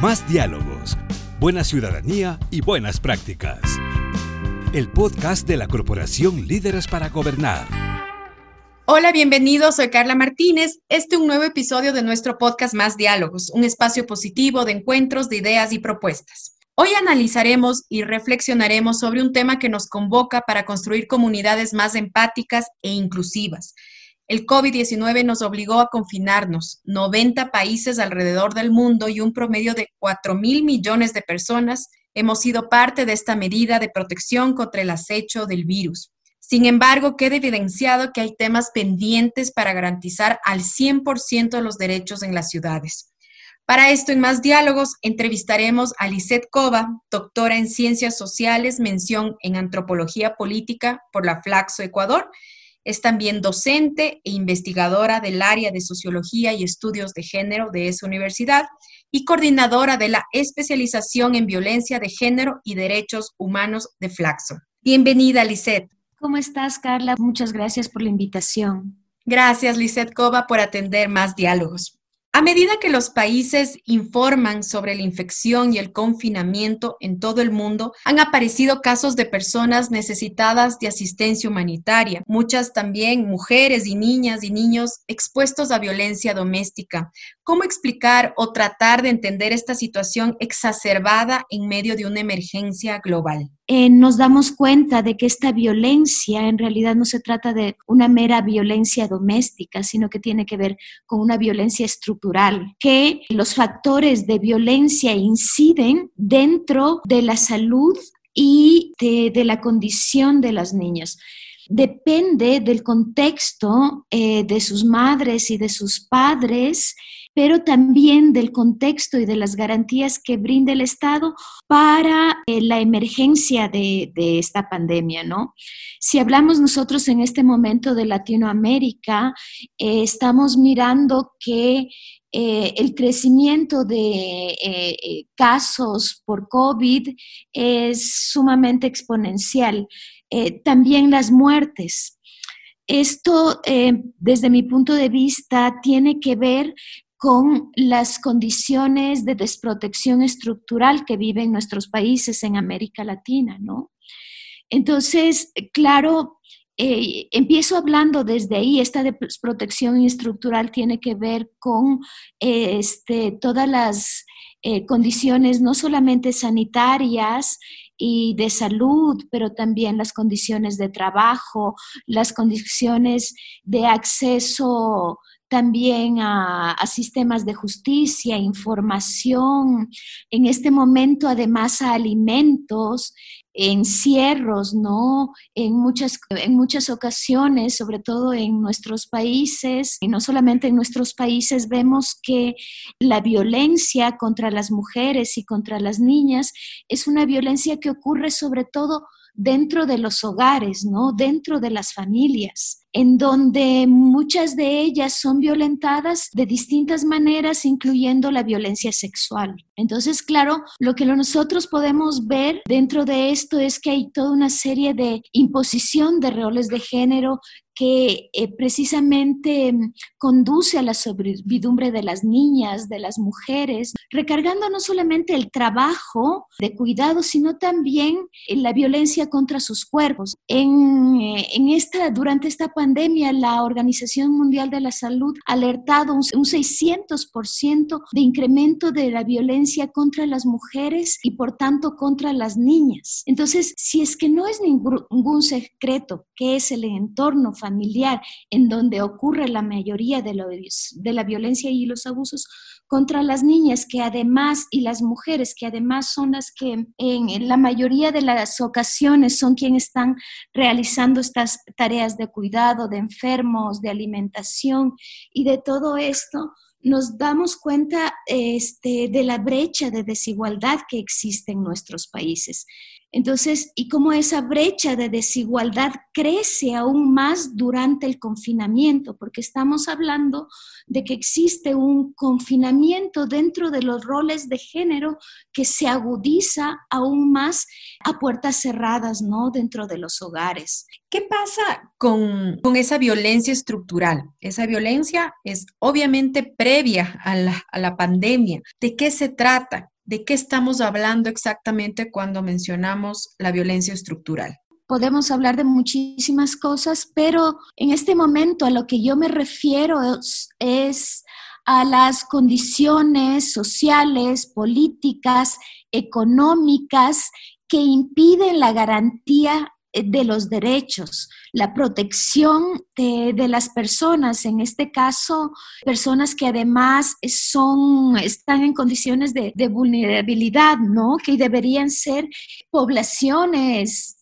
Más diálogos, buena ciudadanía y buenas prácticas. El podcast de la Corporación Líderes para Gobernar. Hola, bienvenidos. Soy Carla Martínez. Este es un nuevo episodio de nuestro podcast Más Diálogos, un espacio positivo de encuentros de ideas y propuestas. Hoy analizaremos y reflexionaremos sobre un tema que nos convoca para construir comunidades más empáticas e inclusivas. El COVID-19 nos obligó a confinarnos. 90 países alrededor del mundo y un promedio de 4.000 millones de personas hemos sido parte de esta medida de protección contra el acecho del virus. Sin embargo, queda evidenciado que hay temas pendientes para garantizar al 100% los derechos en las ciudades. Para esto, en Más Diálogos, entrevistaremos a Lisette Cova, doctora en Ciencias Sociales, mención en Antropología Política por la Flaxo Ecuador. Es también docente e investigadora del área de Sociología y Estudios de Género de esa universidad y coordinadora de la especialización en Violencia de Género y Derechos Humanos de Flaxo. Bienvenida, Lisette. ¿Cómo estás, Carla? Muchas gracias por la invitación. Gracias, Lisette Cova, por atender Más Diálogos. A medida que los países informan sobre la infección y el confinamiento en todo el mundo, han aparecido casos de personas necesitadas de asistencia humanitaria, muchas también mujeres y niños expuestos a violencia doméstica. ¿Cómo explicar o tratar de entender esta situación exacerbada en medio de una emergencia global? Nos damos cuenta de que esta violencia en realidad no se trata de una mera violencia doméstica, sino que tiene que ver con una violencia estructural, que los factores de violencia inciden dentro de la salud y de la condición de las niñas. Depende del contexto de sus madres y de sus padres, pero también del contexto y de las garantías que brinda el Estado para la emergencia de esta pandemia, ¿no? Si hablamos nosotros en este momento de Latinoamérica, estamos mirando que el crecimiento de casos por COVID es sumamente exponencial. También las muertes. Esto, desde mi punto de vista, tiene que ver con las condiciones de desprotección estructural que viven nuestros países en América Latina, ¿no? Entonces, claro, empiezo hablando desde ahí. Esta desprotección estructural tiene que ver con todas las condiciones, no solamente sanitarias y de salud, pero también las condiciones de trabajo, las condiciones de acceso también a sistemas de justicia, información, en este momento además a alimentos, encierros, ¿no? En muchas ocasiones, sobre todo en nuestros países, y no solamente en nuestros países, vemos que la violencia contra las mujeres y contra las niñas es una violencia que ocurre sobre todo dentro de los hogares, ¿no? Dentro de las familias, en donde muchas de ellas son violentadas de distintas maneras, incluyendo la violencia sexual. Entonces, claro, lo que nosotros podemos ver dentro de esto es que hay toda una serie de imposición de roles de género que precisamente conduce a la servidumbre de las niñas, de las mujeres, recargando no solamente el trabajo de cuidado, sino también la violencia contra sus cuerpos. Durante esta pandemia, la Organización Mundial de la Salud ha alertado un 600% de incremento de la violencia contra las mujeres y, por tanto, contra las niñas. Entonces, si es que no es ningún secreto que es el entorno familiar en donde ocurre la mayoría de la violencia y los abusos contra las niñas, que además, y las mujeres, que además son las que en la mayoría de las ocasiones son quienes están realizando estas tareas de cuidado de enfermos, de alimentación y de todo esto, nos damos cuenta de la brecha de desigualdad que existe en nuestros países. Entonces, y cómo esa brecha de desigualdad crece aún más durante el confinamiento, porque estamos hablando de que existe un confinamiento dentro de los roles de género que se agudiza aún más a puertas cerradas, ¿no? Dentro de los hogares. ¿Qué pasa con esa violencia estructural? Esa violencia es obviamente previa a la pandemia. ¿De qué se trata? ¿De qué estamos hablando exactamente cuando mencionamos la violencia estructural? Podemos hablar de muchísimas cosas, pero en este momento a lo que yo me refiero es a las condiciones sociales, políticas, económicas que impiden la garantía de los derechos, la protección de las personas, en este caso, personas que además están en condiciones de vulnerabilidad, ¿no? Que deberían ser poblaciones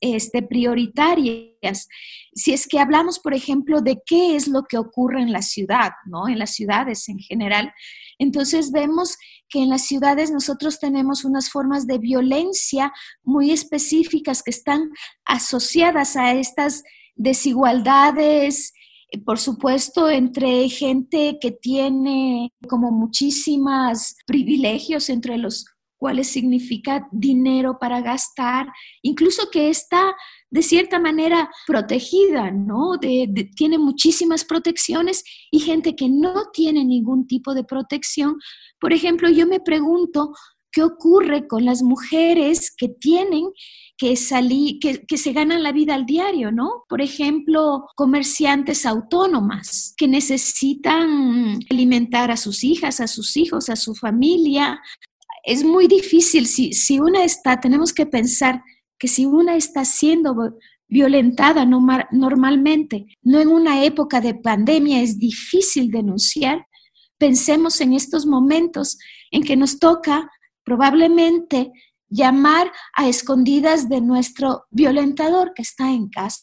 prioritarias. Si es que hablamos, por ejemplo, de qué es lo que ocurre en la ciudad, ¿no? En las ciudades en general, entonces vemos que en las ciudades nosotros tenemos unas formas de violencia muy específicas que están asociadas a estas desigualdades, por supuesto, entre gente que tiene como muchísimos privilegios, entre los cuales significa dinero para gastar, incluso que está de cierta manera protegida, ¿no? Tiene muchísimas protecciones y gente que no tiene ningún tipo de protección. Por ejemplo, yo me pregunto, ¿qué ocurre con las mujeres que tienen que salir, que se ganan la vida al diario, ¿no? Por ejemplo, comerciantes autónomas que necesitan alimentar a sus hijas, a sus hijos, a su familia. Es muy difícil, tenemos que pensar que si una está siendo violentada normalmente, no en una época de pandemia, es difícil denunciar. Pensemos en estos momentos en que nos toca probablemente llamar a escondidas de nuestro violentador que está en casa.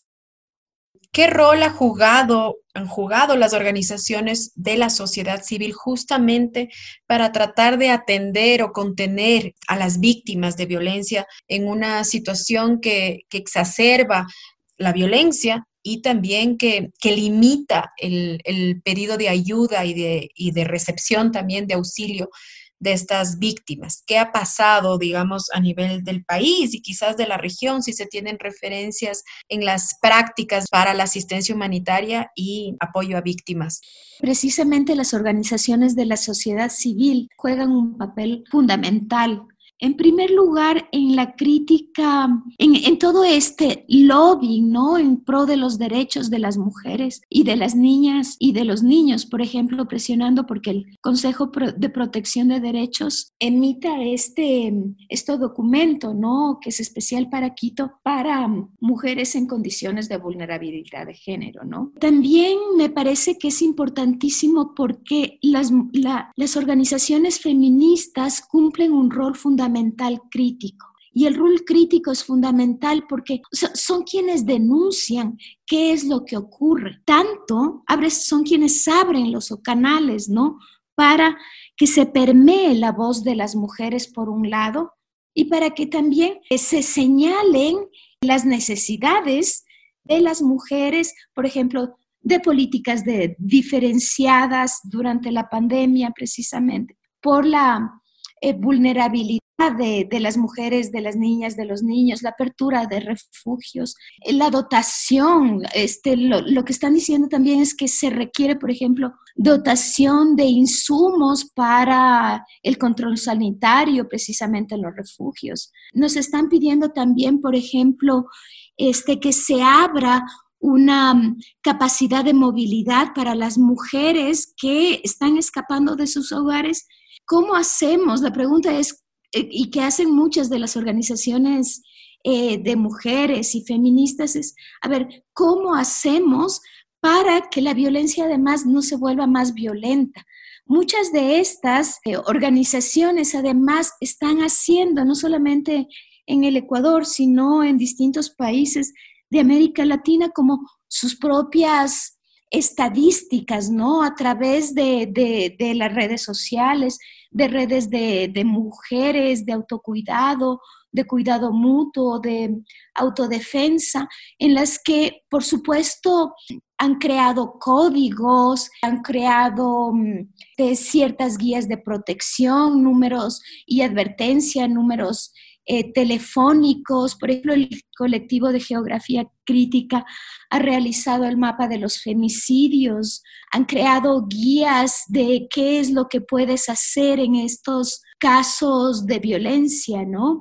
¿Qué rol han jugado las organizaciones de la sociedad civil justamente para tratar de atender o contener a las víctimas de violencia en una situación que exacerba la violencia y también que limita el pedido de ayuda y de recepción también de auxilio de estas víctimas? ¿Qué ha pasado, digamos, a nivel del país y quizás de la región, si se tienen referencias en las prácticas para la asistencia humanitaria y apoyo a víctimas? Precisamente las organizaciones de la sociedad civil juegan un papel fundamental. En primer lugar, en la crítica, en todo este lobbying, ¿no? En pro de los derechos de las mujeres y de las niñas y de los niños, por ejemplo, presionando porque el Consejo de Protección de Derechos emita este documento, ¿no? Que es especial para Quito, para mujeres en condiciones de vulnerabilidad de género, ¿no? También me parece que es importantísimo porque las organizaciones feministas cumplen un rol fundamental crítico. Y el rol crítico es fundamental porque son quienes denuncian qué es lo que ocurre. Son quienes abren los canales, ¿no? Para que se permee la voz de las mujeres por un lado y para que también se señalen las necesidades de las mujeres, por ejemplo, de políticas diferenciadas durante la pandemia precisamente por la vulnerabilidad de las mujeres, de las niñas, de los niños, la apertura de refugios, la dotación. Lo que están diciendo también es que se requiere, por ejemplo, dotación de insumos para el control sanitario, precisamente en los refugios. Nos están pidiendo también, por ejemplo, que se abra una capacidad de movilidad para las mujeres que están escapando de sus hogares. ¿Cómo hacemos? La pregunta es, y que hacen muchas de las organizaciones de mujeres y feministas, es, a ver, ¿cómo hacemos para que la violencia además no se vuelva más violenta? Muchas de estas organizaciones además están haciendo, no solamente en el Ecuador, sino en distintos países de América Latina, como sus propias estadísticas, ¿no? A través de las redes sociales, de redes de mujeres, de autocuidado, de cuidado mutuo, de autodefensa, en las que, por supuesto, han creado códigos, han creado ciertas guías de protección, números y advertencia, números telefónicos. Por ejemplo, colectivo de geografía crítica ha realizado el mapa de los femicidios, han creado guías de qué es lo que puedes hacer en estos casos de violencia, ¿no?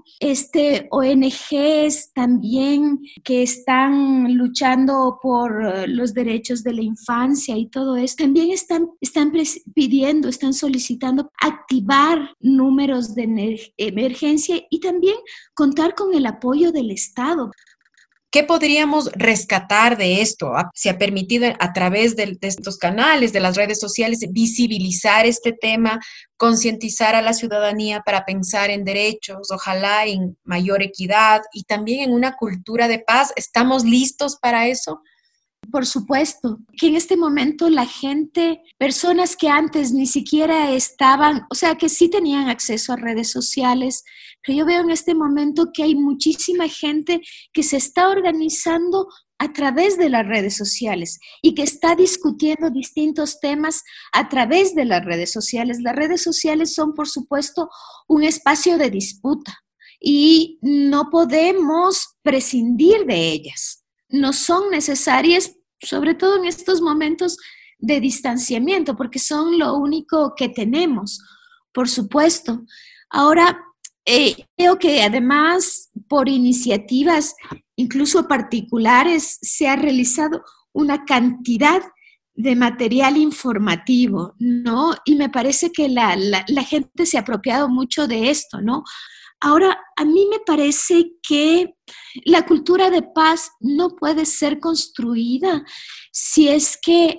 ONGs también que están luchando por los derechos de la infancia y todo esto, también están pidiendo, están solicitando activar números de emergencia y también contar con el apoyo del Estado. ¿Qué podríamos rescatar de esto? Se ha permitido a través de estos canales, de las redes sociales, visibilizar este tema, concientizar a la ciudadanía para pensar en derechos, ojalá en mayor equidad y también en una cultura de paz. ¿Estamos listos para eso? Por supuesto, que en este momento la gente, personas que antes ni siquiera estaban, o sea, que sí tenían acceso a redes sociales, pero yo veo en este momento que hay muchísima gente que se está organizando a través de las redes sociales y que está discutiendo distintos temas a través de las redes sociales. Las redes sociales son, por supuesto, un espacio de disputa y no podemos prescindir de ellas. No son necesarias, sobre todo en estos momentos de distanciamiento, porque son lo único que tenemos, por supuesto. Ahora, creo que además por iniciativas incluso particulares se ha realizado una cantidad de material informativo, ¿no? Y me parece que la gente se ha apropiado mucho de esto, ¿no? Ahora, a mí me parece que la cultura de paz no puede ser construida si es que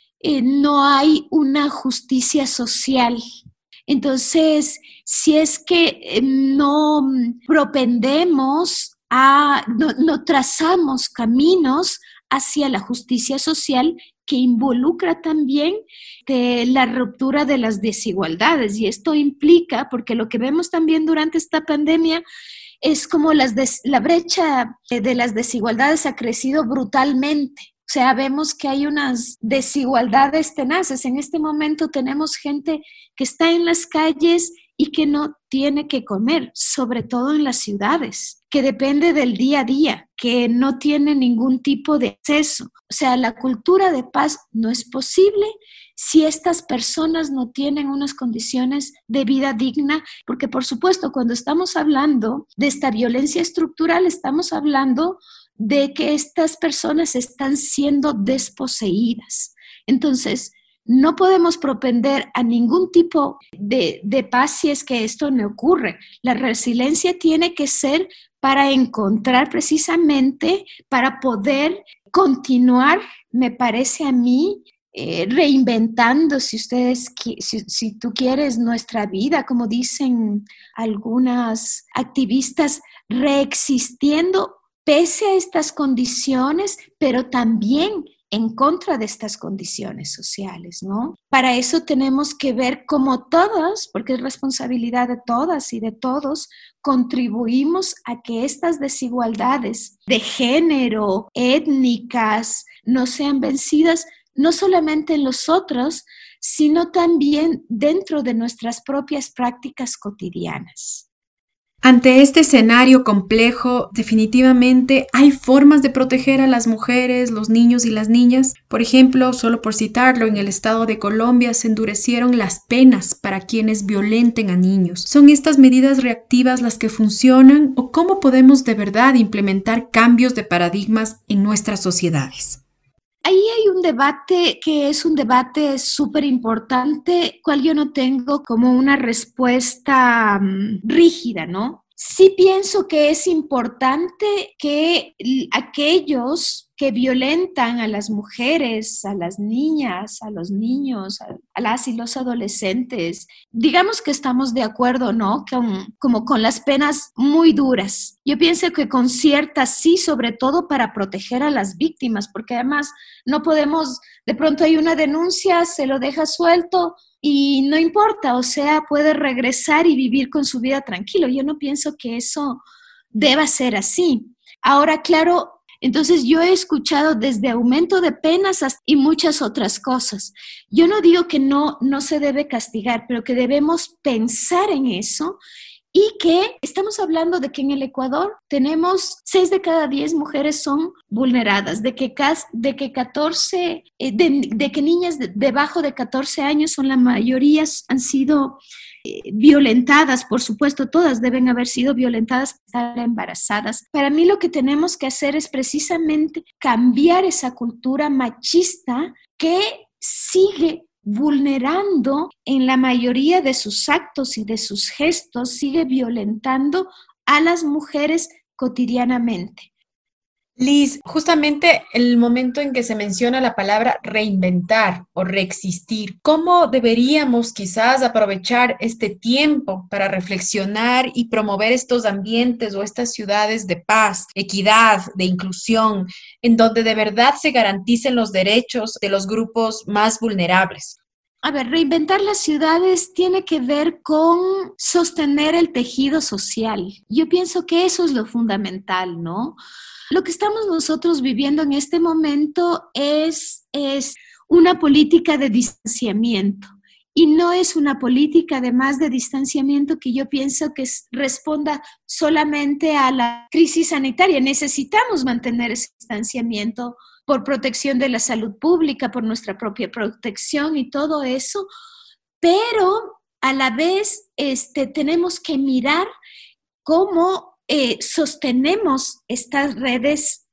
no hay una justicia social. Entonces, si es que no propendemos no trazamos caminos hacia la justicia social que involucra también la ruptura de las desigualdades. Y esto implica, porque lo que vemos también durante esta pandemia es como la brecha de las desigualdades ha crecido brutalmente. O sea, vemos que hay unas desigualdades tenaces. En este momento tenemos gente que está en las calles y que no tiene que comer, sobre todo en las ciudades, que depende del día a día, que no tiene ningún tipo de acceso. O sea, la cultura de paz no es posible si estas personas no tienen unas condiciones de vida digna, porque por supuesto, cuando estamos hablando de esta violencia estructural, estamos hablando de que estas personas están siendo desposeídas. Entonces, no podemos propender a ningún tipo de paz si es que esto no ocurre. La resiliencia tiene que ser para encontrar precisamente, para poder continuar, me parece a mí, reinventando, si tú quieres, nuestra vida, como dicen algunas activistas, reexistiendo pese a estas condiciones, pero también en contra de estas condiciones sociales, ¿no? Para eso tenemos que ver cómo todos, porque es responsabilidad de todas y de todos, contribuimos a que estas desigualdades de género, étnicas, no sean vencidas, no solamente en los otros, sino también dentro de nuestras propias prácticas cotidianas. Ante este escenario complejo, definitivamente hay formas de proteger a las mujeres, los niños y las niñas. Por ejemplo, solo por citarlo, en el estado de Colombia se endurecieron las penas para quienes violenten a niños. ¿Son estas medidas reactivas las que funcionan o cómo podemos de verdad implementar cambios de paradigmas en nuestras sociedades? Ahí hay un debate que es un debate súper importante, cual yo no tengo como una respuesta rígida, ¿no? Sí pienso que es importante que aquellos que violentan a las mujeres, a las niñas, a los niños, a las y los adolescentes, digamos que estamos de acuerdo, ¿no? Como con las penas muy duras. Yo pienso que con ciertas sí, sobre todo para proteger a las víctimas, porque además no podemos, de pronto hay una denuncia, se lo deja suelto y no importa, o sea, puede regresar y vivir con su vida tranquilo. Yo no pienso que eso deba ser así. Ahora, claro, entonces yo he escuchado desde aumento de penas y muchas otras cosas. Yo no digo que no se debe castigar, pero que debemos pensar en eso y que estamos hablando de que en el Ecuador tenemos 6 de cada 10 mujeres son vulneradas, de que niñas debajo de 14 años son la mayoría han sido violentadas, por supuesto, todas deben haber sido violentadas, estar embarazadas. Para mí lo que tenemos que hacer es precisamente cambiar esa cultura machista que sigue vulnerando en la mayoría de sus actos y de sus gestos, sigue violentando a las mujeres cotidianamente. Liz, justamente el momento en que se menciona la palabra reinventar o reexistir, ¿cómo deberíamos quizás aprovechar este tiempo para reflexionar y promover estos ambientes o estas ciudades de paz, equidad, de inclusión, en donde de verdad se garanticen los derechos de los grupos más vulnerables? A ver, reinventar las ciudades tiene que ver con sostener el tejido social. Yo pienso que eso es lo fundamental, ¿no? Lo que estamos nosotros viviendo en este momento es una política de distanciamiento. Y no es una política además de distanciamiento que yo pienso que responda solamente a la crisis sanitaria. Necesitamos mantener ese distanciamiento por protección de la salud pública, por nuestra propia protección y todo eso, pero a la vez tenemos que mirar cómo sostenemos estas redes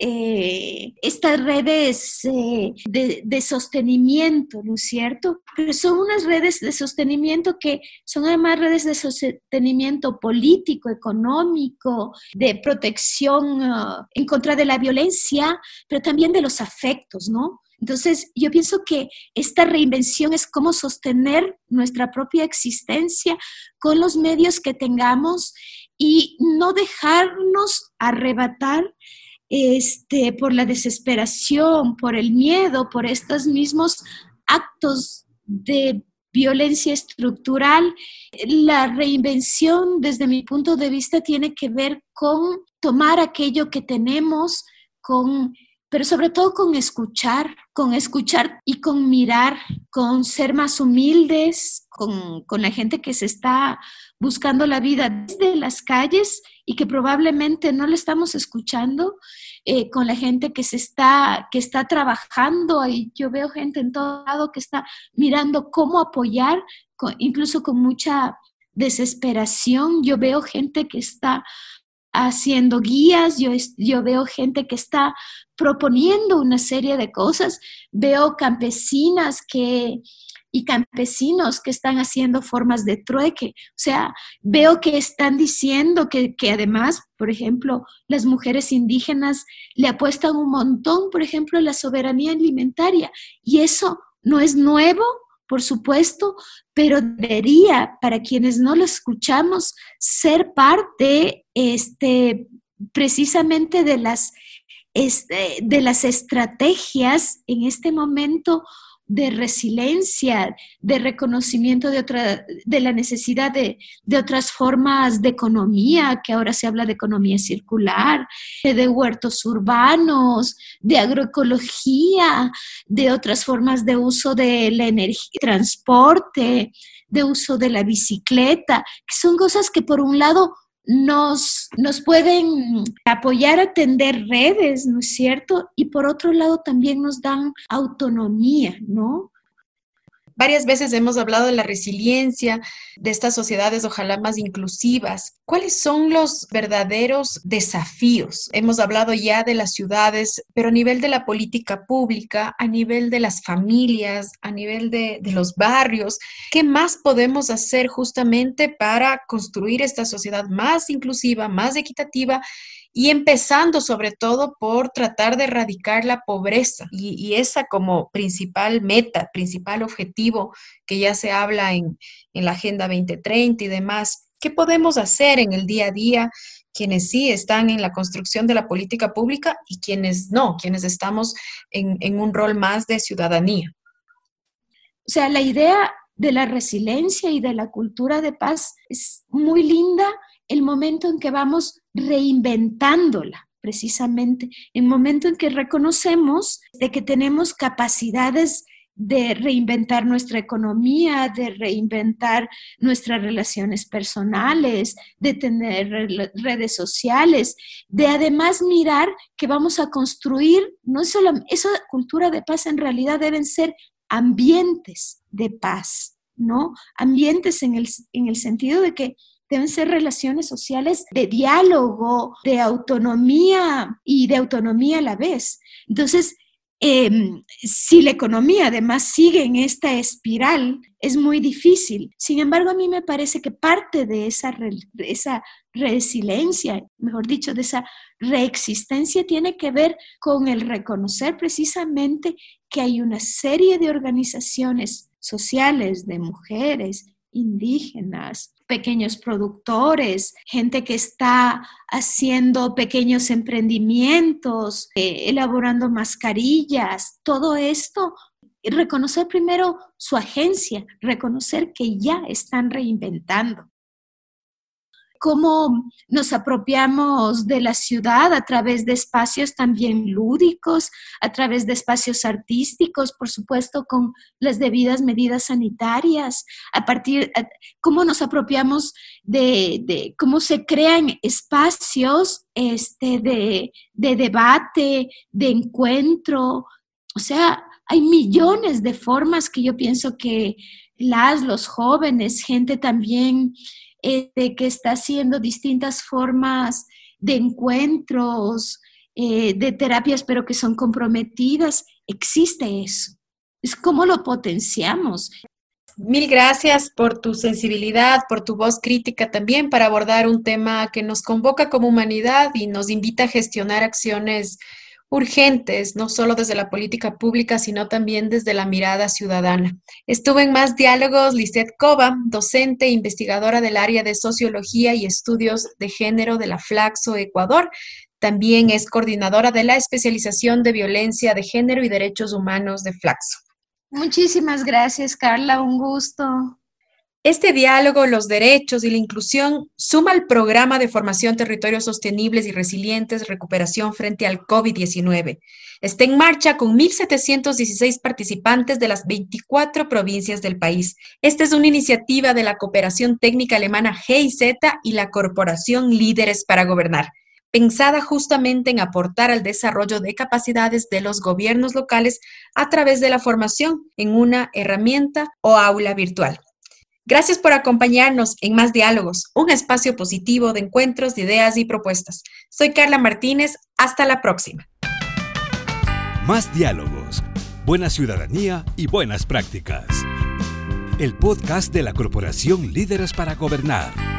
de sostenimiento, ¿no es cierto? Pero son unas redes de sostenimiento que son además redes de sostenimiento político, económico, de protección en contra de la violencia, pero también de los afectos, ¿no? Entonces, yo pienso que esta reinvención es cómo sostener nuestra propia existencia con los medios que tengamos y no dejarnos arrebatar por la desesperación, por el miedo, por estos mismos actos de violencia estructural. La reinvención, desde mi punto de vista, tiene que ver con tomar aquello que tenemos, pero sobre todo con escuchar y con mirar, con ser más humildes, con la gente que se está buscando la vida desde las calles y que probablemente no la estamos escuchando, con la gente que está trabajando. Y yo veo gente en todo lado que está mirando cómo apoyar, incluso con mucha desesperación. Yo veo gente que está haciendo guías, yo veo gente que está proponiendo una serie de cosas, veo campesinas y campesinos que están haciendo formas de trueque. O sea, veo que están diciendo que además, por ejemplo, las mujeres indígenas le apuestan un montón, por ejemplo, a la soberanía alimentaria. Y eso no es nuevo, por supuesto, pero debería, para quienes no lo escuchamos, ser parte precisamente de las estrategias en este momento de resiliencia, de reconocimiento de la necesidad de otras formas de economía, que ahora se habla de economía circular, de huertos urbanos, de agroecología, de otras formas de uso de la energía, transporte, de uso de la bicicleta, que son cosas que por un lado nos pueden apoyar a tender redes, ¿no es cierto? Y por otro lado también nos dan autonomía, ¿no? Varias veces hemos hablado de la resiliencia de estas sociedades, ojalá más inclusivas. ¿Cuáles son los verdaderos desafíos? Hemos hablado ya de las ciudades, pero a nivel de la política pública, a nivel de las familias, a nivel de los barrios, ¿qué más podemos hacer justamente para construir esta sociedad más inclusiva, más equitativa? Y empezando sobre todo por tratar de erradicar la pobreza y esa como principal meta, principal objetivo que ya se habla en la Agenda 2030 y demás. ¿Qué podemos hacer en el día a día quienes sí están en la construcción de la política pública y quienes no, quienes estamos en un rol más de ciudadanía? O sea, la idea de la resiliencia y de la cultura de paz es muy linda, el momento en que vamos reinventándola, precisamente, el momento en que reconocemos de que tenemos capacidades de reinventar nuestra economía, de reinventar nuestras relaciones personales, de tener redes sociales, de además mirar que vamos a construir, no solo esa cultura de paz, en realidad deben ser ambientes de paz, ¿no? Ambientes en el sentido de que deben ser relaciones sociales de diálogo, de autonomía y de autonomía a la vez. Entonces, si la economía además sigue en esta espiral, es muy difícil. Sin embargo, a mí me parece que parte de esa resiliencia, mejor dicho, de esa reexistencia, tiene que ver con el reconocer precisamente que hay una serie de organizaciones sociales, de mujeres, indígenas, pequeños productores, gente que está haciendo pequeños emprendimientos, elaborando mascarillas, todo esto. Reconocer primero su agencia, reconocer que ya están reinventando. Cómo nos apropiamos de la ciudad a través de espacios también lúdicos, a través de espacios artísticos, por supuesto, con las debidas medidas sanitarias, cómo nos apropiamos de cómo se crean espacios de debate, de encuentro. O sea, hay millones de formas que yo pienso que los jóvenes, gente también que está haciendo distintas formas de encuentros, de terapias, pero que son comprometidas. Existe eso. Es cómo lo potenciamos. Mil gracias por tu sensibilidad, por tu voz crítica también para abordar un tema que nos convoca como humanidad y nos invita a gestionar acciones urgentes, no solo desde la política pública, sino también desde la mirada ciudadana. Estuvo en Más Diálogos Lisette Cova, docente e investigadora del área de Sociología y Estudios de Género de la Flaxo, Ecuador. También es coordinadora de la especialización de Violencia de Género y Derechos Humanos de Flaxo. Muchísimas gracias, Carla, un gusto. Este diálogo, los derechos y la inclusión suma al programa de formación Territorios Sostenibles y Resilientes, recuperación frente al COVID-19. Está en marcha con 1.716 participantes de las 24 provincias del país. Esta es una iniciativa de la Cooperación Técnica Alemana GIZ y la Corporación Líderes para Gobernar, pensada justamente en aportar al desarrollo de capacidades de los gobiernos locales a través de la formación en una herramienta o aula virtual. Gracias por acompañarnos en Más Diálogos, un espacio positivo de encuentros, de ideas y propuestas. Soy Carla Martínez, hasta la próxima. Más Diálogos, buena ciudadanía y buenas prácticas. El podcast de la Corporación Líderes para Gobernar.